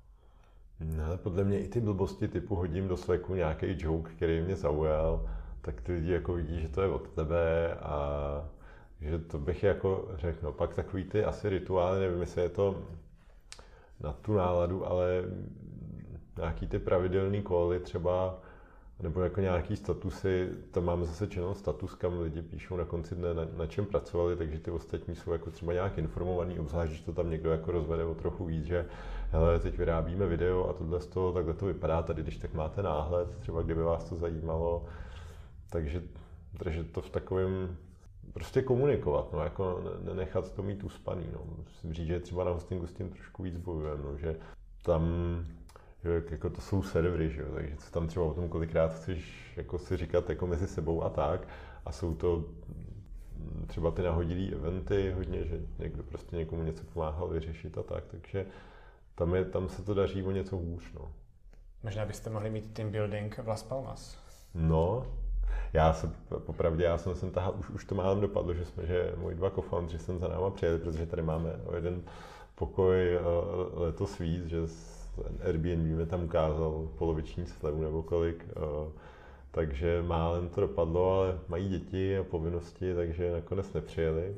No, podle mě i ty blbosti typu hodím do Slacku nějaký joke, který mě zaujal, tak ty lidi jako vidí, že to je od tebe a že to bych jako řekl. No, pak takový ty asi rituály, nevím, jestli je to na tu náladu, ale nějaký ty pravidelný koly třeba, nebo jako nějaký statusy, tam máme zase činnou status, kam lidi píšou na konci dne, na, na čem pracovali, takže ty ostatní jsou jako třeba nějak informovaný, obzvlášť, že to tam někdo jako rozvede o trochu víc, že hele, teď vyrábíme video a tohle z toho, takhle to vypadá tady, když tak máte náhled, třeba kdyby vás to zajímalo, takže držet to v takovém, prostě komunikovat, no, jako nenechat to mít uspaný, no. Musím říct, že třeba na hostingu s tím trošku víc bojujeme, no, že tam že jako to jsou servery, že jo, takže co tam třeba o tom kolikrát chceš jako si říkat jako mezi sebou a tak. A jsou to třeba ty nahodilý eventy hodně, že někdo prostě někomu něco pomáhal vyřešit a tak, takže tam, je, tam se to daří o něco hůř, no. Možná byste mohli mít team building v Las Palmas. No, já se, popravdě, já jsem sem tahal, už, už to málem dopadlo, že jsme, že moji dva co-foundři sem za náma přijeli, protože tady máme o jeden pokoj uh, letos víc, že Airbnb mi tam ukázal poloviční slevu nebo kolik, uh, takže málem to dopadlo, ale mají děti a povinnosti, takže nakonec nepřijeli.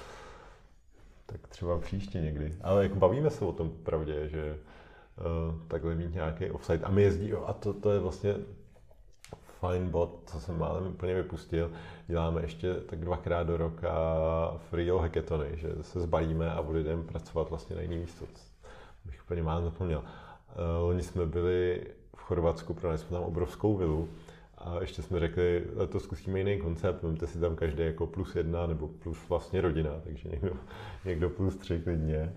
Tak třeba příště někdy. Ale jako bavíme se o tom pravdě, že uh, takhle mít nějaký offsite. A my jezdí, a to, to je vlastně fajn bod, co jsem málem úplně vypustil. Děláme ještě tak dvakrát do roka freelo hackathony, že se zbalíme a budeme pracovat vlastně na jiný místo. Bych úplně málem zapomněl. Loni jsme byli v Chorvatsku, pronajali jsme tam obrovskou vilu a ještě jsme řekli, to zkusíme jiný koncept, vemte si tam každý jako plus jedna nebo plus vlastně rodina, takže někdo, někdo plus tři klidně.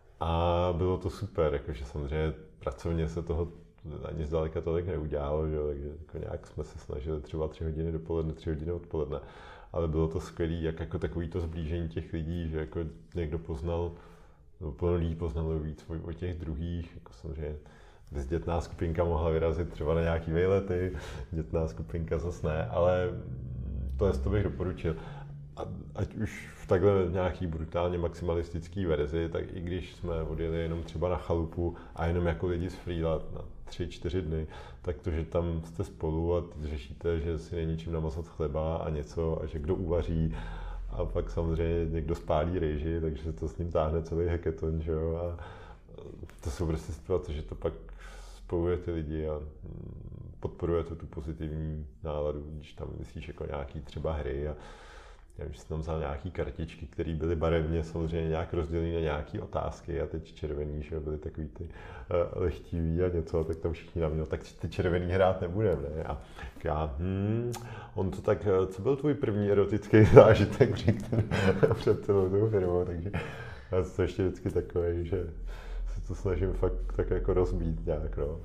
A bylo to super, jakože samozřejmě pracovně se toho ani zdaleka tolik neudělalo, že? Takže jako nějak jsme se snažili třeba tři hodiny dopoledne, tři hodiny odpoledne, ale bylo to skvělé, jak jako takový to zblížení těch lidí, že jako někdo poznal, no, plno lidí poznalo víc o těch druhých, jako samozřejmě bezdětná skupinka mohla vyrazit třeba na nějaký vejlety, dětná skupinka zase ne, ale to, to bych doporučil. A, ať už v takhle nějaký brutálně maximalistický verzi, tak i když jsme odjeli jenom třeba na chalupu a jenom jako lidi z freela na tři, čtyři dny, tak to, že tam jste spolu a řešíte, že si není čím namazat chleba a něco a že kdo uvaří a pak samozřejmě někdo spálí rejži, takže se to s ním táhne celý hackathon, že jo, a to jsou prostě situace, že to pak spojuje ty lidi a podporuje to tu pozitivní náladu, když tam myslíš jako nějaký třeba hry a já vím, že jsem tam vzal nějaký kartičky, které byly barevně samozřejmě nějak rozdělené na nějaké otázky a teď červený, že byly takový ty uh, lehtivý a něco, tak tam všichni na mě, tak ty červený hrát nebudeme, ne? A já, hmm, on to tak, co byl tvůj první erotický zážitek před celou tou firmou, takže já jsem to ještě vždycky takový, že se to snažím fakt tak jako rozbít nějak, no.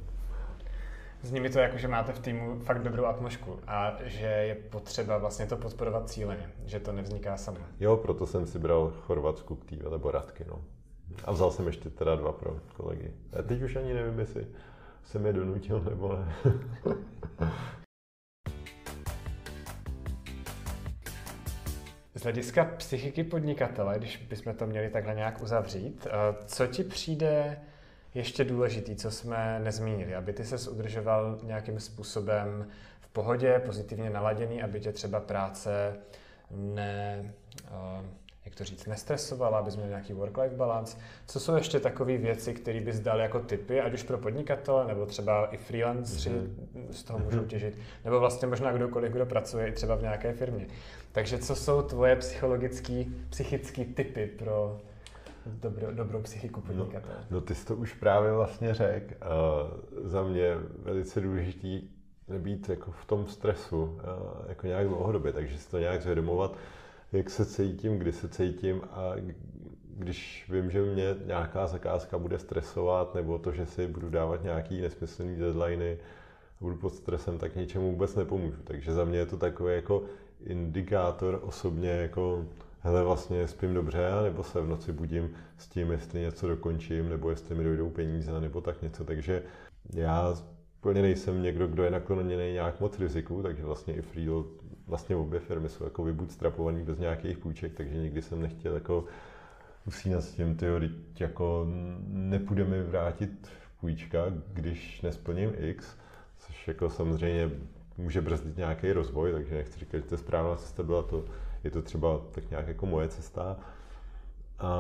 Zní mi to jako, že máte v týmu fakt dobrou atmosféru a že je potřeba vlastně to podporovat cíleně, že to nevzniká samo. Jo, proto jsem si bral Chorvatsku k té laboratky, no. A vzal jsem ještě teda dva pro kolegy. A teď už ani nevím, jestli jsem je donutil nebo ne. Z hlediska psychiky podnikatele, když bychom to měli takhle nějak uzavřít, co ti přijde ještě důležitý, co jsme nezmínili, aby ty ses udržoval nějakým způsobem v pohodě, pozitivně naladěný, aby tě třeba práce ne, jak to říct, nestresovala, abys měl nějaký work-life balance. Co jsou ještě takové věci, které bys dal jako tipy, ať už pro podnikatele, nebo třeba i freelanceri mm-hmm. z toho můžou těžit, nebo vlastně možná kdokoliv, kdo pracuje i třeba v nějaké firmě. Takže co jsou tvoje psychologické, psychické tipy pro Dobro, dobrou psychiku podnikatele? No, no ty jsi to už právě vlastně řekl. Uh, za mě velice důležitý nebýt jako v tom stresu uh, jako nějak dlouhodobě, takže si to nějak zvědomovat, jak se cítím, kdy se cítím a když vím, že mě nějaká zakázka bude stresovat nebo to, že si budu dávat nějaký nesmyslný deadliny a budu pod stresem, tak ničemu vůbec nepomůžu. Takže za mě je to takový jako indikátor osobně jako hele, vlastně spím dobře, nebo se v noci budím s tím, jestli něco dokončím, nebo jestli mi dojdou peníze, nebo tak něco. Takže já úplně nejsem někdo, kdo je nakloněný nějak moc riziku, takže vlastně i Freelo, vlastně obě firmy jsou jako vybootstrapovaný bez nějakých půjček, takže nikdy jsem nechtěl jako usínat s tím, tyjo, jako nepůjde mi vrátit půjčka, když nesplním X, což jako samozřejmě může brzdit nějaký rozvoj, takže nechci říkat, že to je správná cesta, byla to, je to třeba tak nějak jako moje cesta. A,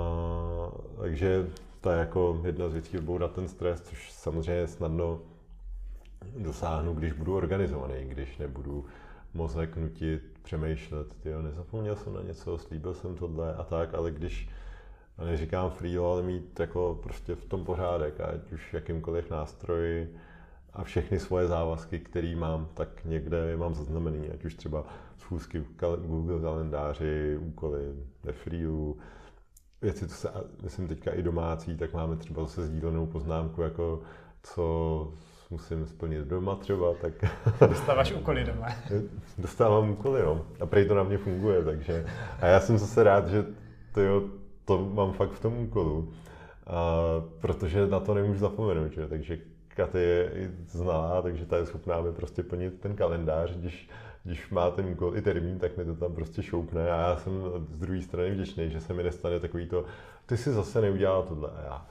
takže to je jako jedna z věcí, odbourat ten stres, což samozřejmě snadno dosáhnu, když budu organizovaný, když nebudu mozek nutit, přemýšlet, tyjo, nezapomněl jsem na něco, slíbil jsem tohle a tak, ale když, a neříkám Freelo, ale mít jako prostě v tom pořádek, ať už jakýmkoliv nástroji a všechny svoje závazky, které mám, tak někde je mám zaznamený, ať už třeba schůzky v Google kalendáři, úkoly ve Freelu, věci, co se, myslím teďka i domácí, tak máme třeba zase sdílenou poznámku, jako co musím splnit doma třeba, tak... Dostáváš úkoly doma. Dostávám úkoly, no. A prej to na mě funguje, takže... A já jsem zase rád, že to, jo, to mám fakt v tom úkolu, a protože na to nemůžu zapomenout, že? Takže Katy je i znalá, takže ta je schopná mi prostě plnit ten kalendář, když, když má ten úkol i termín, tak mi to tam prostě šoupne a já jsem z druhé strany vděčný, že se mi nestane takový to, ty si zase neudělal tohle a já,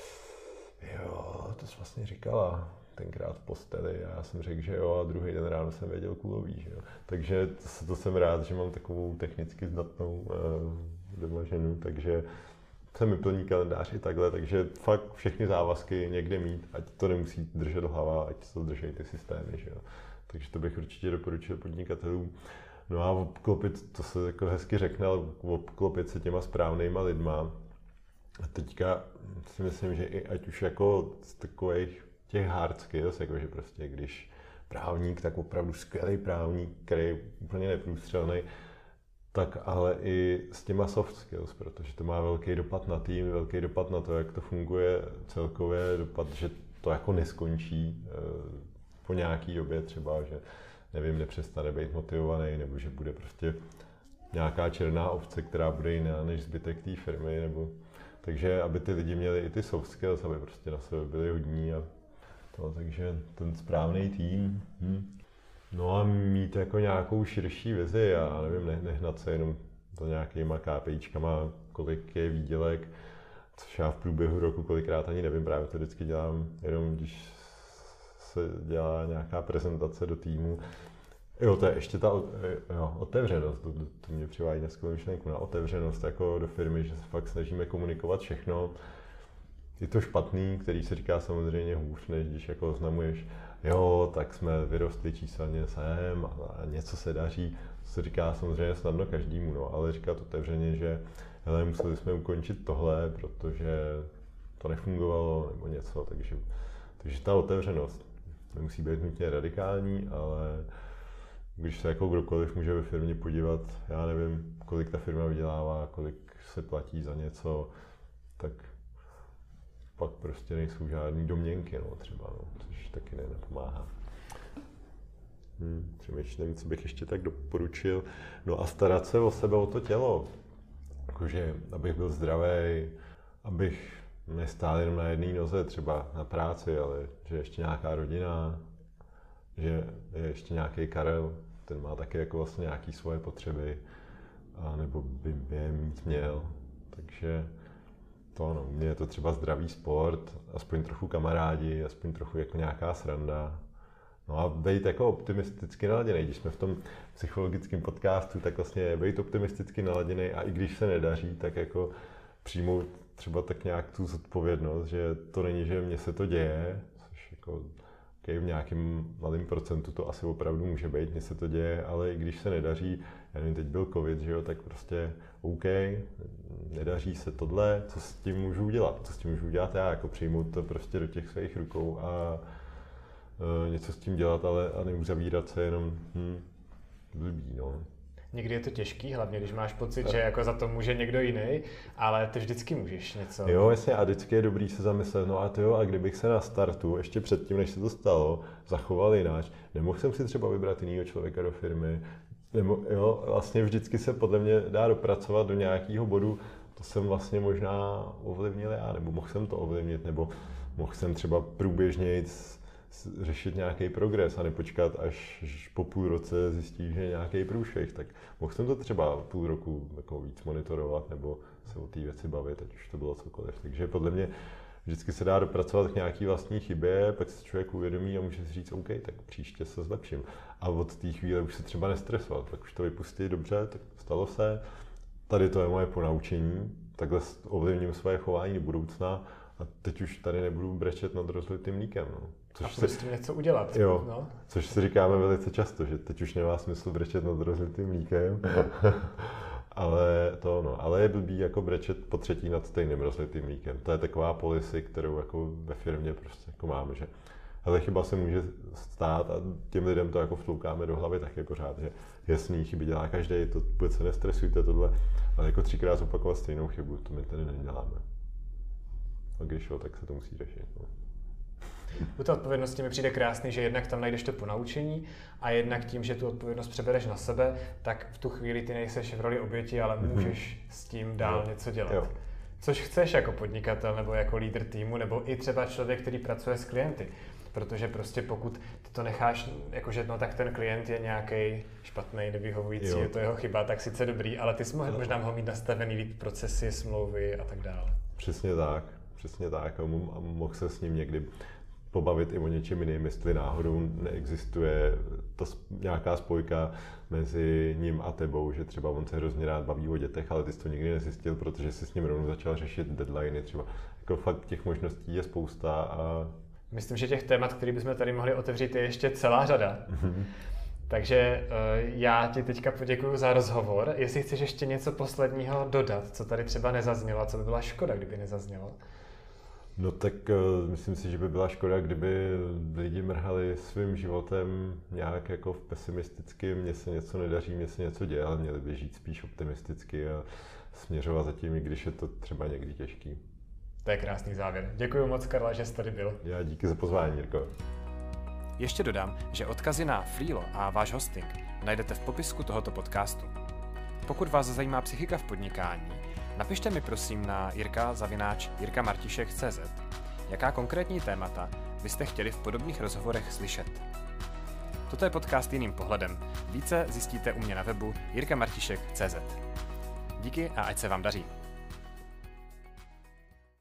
jo, to jsi vlastně říkala tenkrát v posteli a já jsem řekl, že jo a druhý den ráno jsem věděl kulový, že jo. Takže to, to jsem rád, že mám takovou technicky zdatnou uh, doma ženu, takže se mi plní kalendář i takhle, takže fakt všechny závazky někde mít, ať to nemusí držet hlava, ať to drží ty systémy, že jo. Takže to bych určitě doporučil podnikatelům. No a obklopit, to se jako hezky řekne, ale obklopit se těma správnýma lidma. A teďka si myslím, že i ať už jako z takových těch hard skills, jakože prostě když právník, tak opravdu skvělý právník, který je úplně neprůstřelný, tak ale i s těma soft skills, protože to má velký dopad na tým, velký dopad na to, jak to funguje celkově, dopad, že to jako neskončí po nějaký době třeba, že nevím, nepřestane být motivovaný, nebo že bude prostě nějaká černá ovce, která bude jiná než zbytek té firmy, nebo takže aby ty lidi měli i ty soft skills, aby prostě na sebe byli hodní a to, takže ten správný tým. Hm. No a mít jako nějakou širší vizi, já nevím, ne, nehnat se jenom za nějakýma KPIčkama, kolik je výdělek, což já v průběhu roku kolikrát ani nevím, právě to vždycky dělám, jenom když se dělá nějaká prezentace do týmu. Jo, to je ještě ta jo, otevřenost, to, to mě přivádí na skvělou myšlenku, na otevřenost jako do firmy, že se fakt snažíme komunikovat všechno. Je to špatný, který se říká samozřejmě hůř, než když jako oznamuješ, jo, tak jsme vyrostli číselně sem a něco se daří. To se říká samozřejmě snadno každému, no, ale říkat otevřeně, že hele, museli jsme ukončit tohle, protože to nefungovalo nebo něco, takže, takže ta otevřenost nemusí být nutně radikální, ale když se jako kdokoliv může ve firmě podívat, já nevím, kolik ta firma vydělává, kolik se platí za něco, tak pak prostě nejsou žádný domněnky, no, třeba, no, což taky ne, nepomáhá. Hmm, přemýšlím, co bych ještě tak doporučil. No a starat se o sebe, o to tělo. Jakože, abych byl zdravý, abych nestál jenom na jedné noze, třeba na práci, ale že ještě nějaká rodina, že je ještě nějaký Karel, ten má taky jako vlastně nějaké svoje potřeby, a nebo by je mít měl. Takže to, no, mě je to třeba zdravý sport, aspoň trochu kamarádi, aspoň trochu jako nějaká sranda. No a být jako optimisticky naladěný. Když jsme v tom psychologickém podcastu, tak vlastně být optimisticky naladěný a i když se nedaří, tak jako přijmout třeba tak nějak tu zodpovědnost, že to není, že mně se to děje, což jako okay, v nějakém malém procentu to asi opravdu může být, mně se to děje, ale i když se nedaří, já nevím, teď byl covid, že jo, tak prostě OK, nedaří se tohle, co s tím můžu udělat, co s tím můžu udělat já, jako přijmout to prostě do těch svých rukou a uh, něco s tím dělat, ale a neuzavírat se jenom hm, blbý, no. Někdy je to těžký, hlavně když máš pocit, že jako za to může někdo jiný, ale ty vždycky můžeš něco. Jo, jasně, a vždycky je dobrý se zamyslet, no a to jo, a kdybych se na startu, ještě předtím, než se to stalo, zachoval jináč, nemohl jsem si třeba vybrat jinýho člověka do firmy, nebo jo, vlastně vždycky se podle mě dá dopracovat do nějakého bodu, to jsem vlastně možná ovlivnil já, nebo mohl jsem to ovlivnit, nebo mohl jsem třeba průběžně řešit nějaký progres a nepočkat, až po půl roce zjistí, že je nějaký průšvih, tak mohl jsem to třeba půl roku jako víc monitorovat nebo se o té věci bavit, ať už to bylo cokoliv. Takže podle mě vždycky se dá dopracovat k nějaký vlastní chybě, pak se člověk uvědomí a může si říct, OK, tak příště se zlepším. A od té chvíle už se třeba nestresovat, tak už to vypustí dobře, tak stalo se. Tady to je moje ponaučení, takhle ovlivním své chování do budoucna a teď už tady nebudu brečet nad rozlitým mlíkem. No. Což a prostě něco udělat. Jo, no. Což si říkáme velice často, že teď už nemá smysl brečet nad rozlitým mlíkem. ale to no, ale je blbý jako brečet po třetí nad stejným rozlitým mlíkem. To je taková policy, kterou jako ve firmě prostě jako máme, že ale chyba se může stát a těm lidem to jako vtloukáme do hlavy taky pořád, že jasný, chyby dělá každý, to vůbec se nestresujte tohle, ale jako třikrát opakovat stejnou chybu, to my tady neděláme. A když jo, tak se to musí řešit. No. U té odpovědnosti mi přijde krásný, že jednak tam najdeš to ponaučení a jednak tím, že tu odpovědnost přebereš na sebe, tak v tu chvíli ty nejseš v roli oběti, ale můžeš mm-hmm. s tím dál jo. něco dělat. Jo. Což chceš jako podnikatel nebo jako lídr týmu nebo i třeba člověk, který pracuje s klienty. Protože prostě pokud ty to necháš, jakože no tak ten klient je nějaký špatný, nevyhovující, jo. je to jeho chyba, tak sice dobrý, ale ty jsi mohl, možná mohl mít nastavený líp procesy, smlouvy a tak dále. Přesně tak, přesně tak. A mohl se s ním někdy pobavit i o něčem jiným, jestli náhodou neexistuje to nějaká spojka mezi ním a tebou, že třeba on se hrozně rád baví o dětech, ale ty jsi to nikdy nezjistil, protože jsi s ním rovnou začal řešit deadliny třeba. Jako fakt těch možností je spousta a myslím, že těch témat, které bychom tady mohli otevřít, je ještě celá řada. Mm-hmm. Takže uh, já ti teďka poděkuju za rozhovor. Jestli chceš ještě něco posledního dodat, co tady třeba nezaznělo a co by byla škoda, kdyby nezaznělo? No tak uh, myslím si, že by byla škoda, kdyby lidi mrhali svým životem nějak jako v pesimisticky, mně se něco nedaří, mně se něco děje, ale měli by žít spíš optimisticky a směřovat za tím, i když je to třeba někdy těžký. To je krásný závěr. Děkuji moc, Karla, že jsi tady byl. Já díky za pozvání, Jirko. Ještě dodám, že odkazy na Freelo a váš hosting najdete v popisku tohoto podcastu. Pokud vás zajímá psychika v podnikání, napište mi prosím na jirka zavináč jirka martišek tečka cé zet, jaká konkrétní témata byste chtěli v podobných rozhovorech slyšet. Toto je podcast Jiným pohledem. Více zjistíte u mě na webu jirka martišek tečka cé zet. Díky a ať se vám daří.